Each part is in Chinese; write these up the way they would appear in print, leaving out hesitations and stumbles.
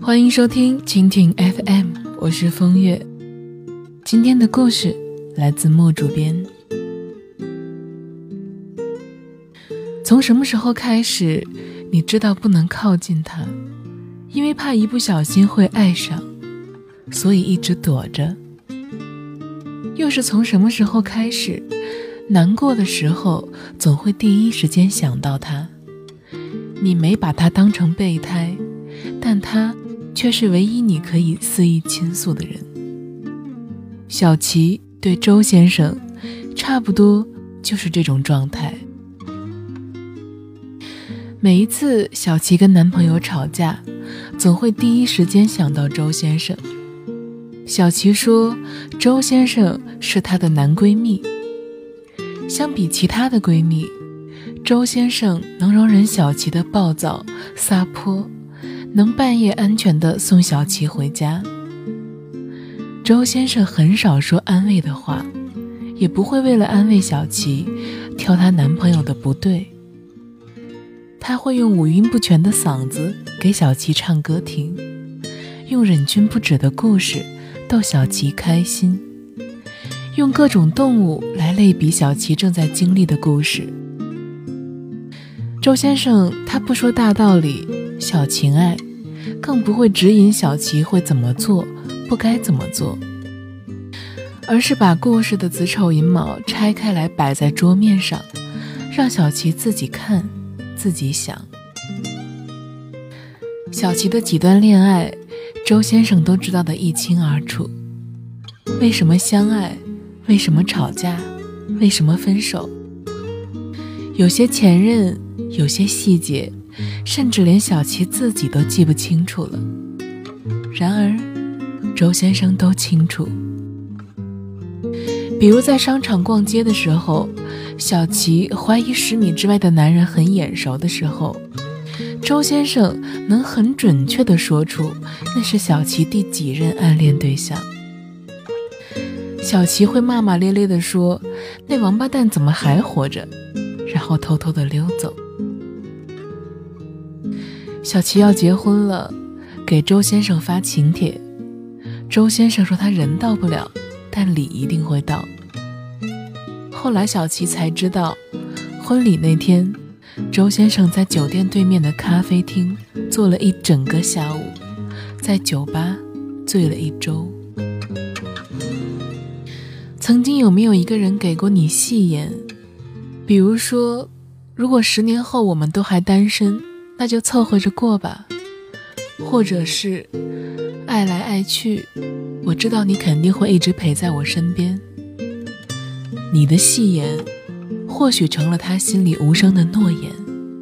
欢迎收听蜻蜓 FM， 我是风月。今天的故事来自莫主编。从什么时候开始，你知道不能靠近他，因为怕一不小心会爱上，所以一直躲着？又是从什么时候开始，难过的时候总会第一时间想到他？你没把他当成备胎，但他却是唯一你可以肆意倾诉的人。小琪对周先生差不多就是这种状态。每一次小琪跟男朋友吵架，总会第一时间想到周先生。小琪说周先生是她的男闺蜜，相比其他的闺蜜，周先生能容忍小琪的暴躁撒泼，能半夜安全地送小琪回家。周先生很少说安慰的话，也不会为了安慰小琪挑她男朋友的不对。他会用五音不全的嗓子给小琪唱歌听，用忍俊不止的故事逗小琪开心，用各种动物来类比小琪正在经历的故事。周先生他不说大道理小情爱，更不会指引小琪会怎么做不该怎么做，而是把故事的子丑寅卯拆开来摆在桌面上，让小琪自己看自己想。小琪的几段恋爱，周先生都知道得一清二楚，为什么相爱，为什么吵架，为什么分手。有些前任，有些细节，甚至连小琪自己都记不清楚了。然而周先生都清楚。比如在商场逛街的时候，小琪怀疑10米之外的男人很眼熟的时候，周先生能很准确地说出那是小琪第几任暗恋对象。小琪会骂骂咧咧地说那王八蛋怎么还活着，然后偷偷地溜走。小琪要结婚了，给周先生发请帖，周先生说他人到不了，但礼一定会到。后来小琪才知道，婚礼那天周先生在酒店对面的咖啡厅坐了一整个下午，在酒吧醉了1周。曾经有没有一个人给过你戏言？比如说，如果10年后我们都还单身，那就凑合着过吧。或者是爱来爱去，我知道你肯定会一直陪在我身边。你的戏言或许成了他心里无声的诺言。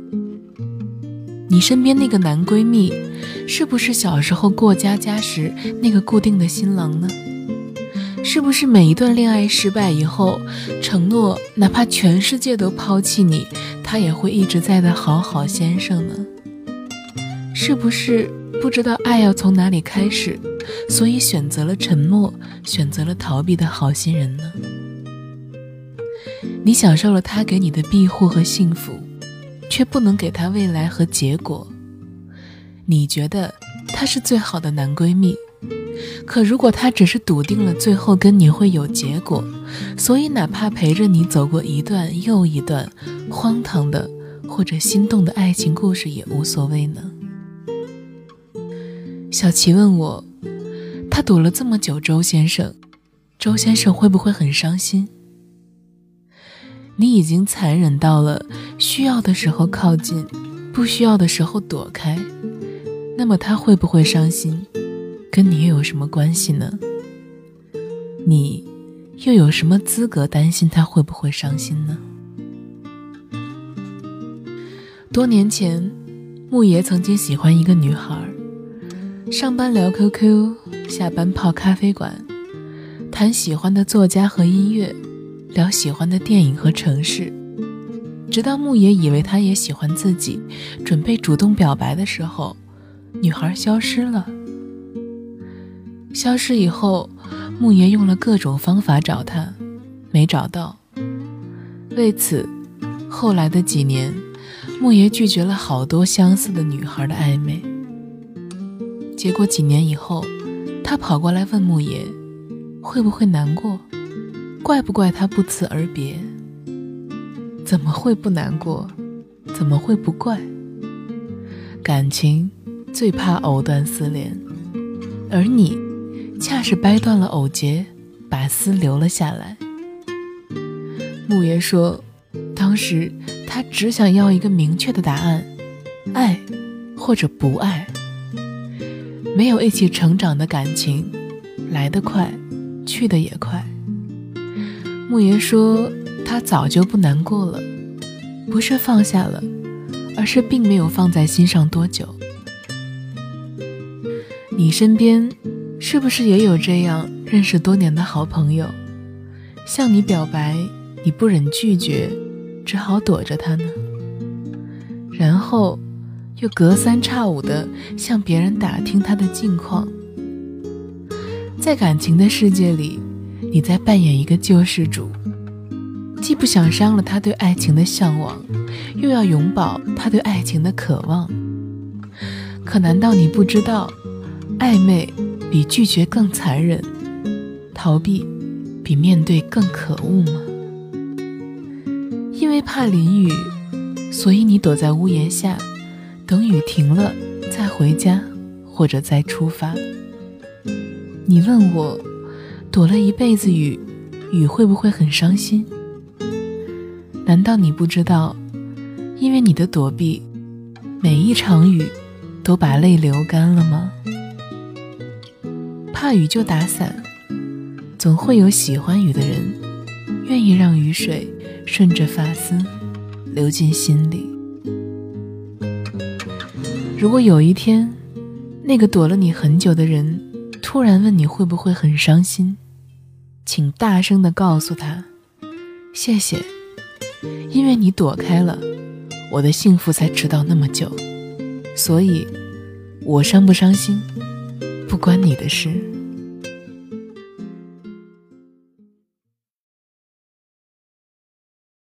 你身边那个男闺蜜，是不是小时候过家家时那个固定的新郎呢？是不是每一段恋爱失败以后，承诺哪怕全世界都抛弃你，他也会一直在的好好先生呢？是不是不知道爱要从哪里开始，所以选择了沉默，选择了逃避的好心人呢？你享受了他给你的庇护和幸福，却不能给他未来和结果。你觉得他是最好的男闺蜜，可如果他只是笃定了最后跟你会有结果，所以哪怕陪着你走过一段又一段荒唐的或者心动的爱情故事也无所谓呢？小琪问我，他躲了这么久周先生会不会很伤心？你已经残忍到了需要的时候靠近，不需要的时候躲开，那么他会不会伤心，跟你又有什么关系呢？你又有什么资格担心他会不会伤心呢？多年前，牧爷曾经喜欢一个女孩，上班聊 QQ， 下班泡咖啡馆，谈喜欢的作家和音乐，聊喜欢的电影和城市。直到牧爷以为他也喜欢自己，准备主动表白的时候，女孩消失了。消失以后，牧爷用了各种方法找她，没找到。为此，后来的几年，牧爷拒绝了好多相似的女孩的暧昧。 结果几年以后，他跑过来问牧野，会不会难过，怪不怪他不辞而别？怎么会不难过，怎么会不怪？感情最怕藕断丝连，而你恰是掰断了藕节，把丝留了下来。牧野说，当时他只想要一个明确的答案，爱或者不爱。没有一起成长的感情，来得快，去得也快。牧野说，他早就不难过了，不是放下了，而是并没有放在心上多久。你身边是不是也有这样认识多年的好朋友，向你表白，你不忍拒绝，只好躲着他呢？然后又隔三差五地向别人打听他的近况。在感情的世界里，你在扮演一个救世主，既不想伤了他对爱情的向往，又要永葆他对爱情的渴望。可难道你不知道，暧昧比拒绝更残忍，逃避比面对更可恶吗？因为怕淋雨，所以你躲在屋檐下，等雨停了再回家，或者再出发。你问我，躲了一辈子雨，雨会不会很伤心？难道你不知道，因为你的躲避，每一场雨都把泪流干了吗？怕雨就打伞，总会有喜欢雨的人，愿意让雨水顺着发丝流进心里。如果有一天，那个躲了你很久的人突然问你会不会很伤心，请大声地告诉他，谢谢，因为你躲开了，我的幸福才迟到那么久，所以我伤不伤心不关你的事。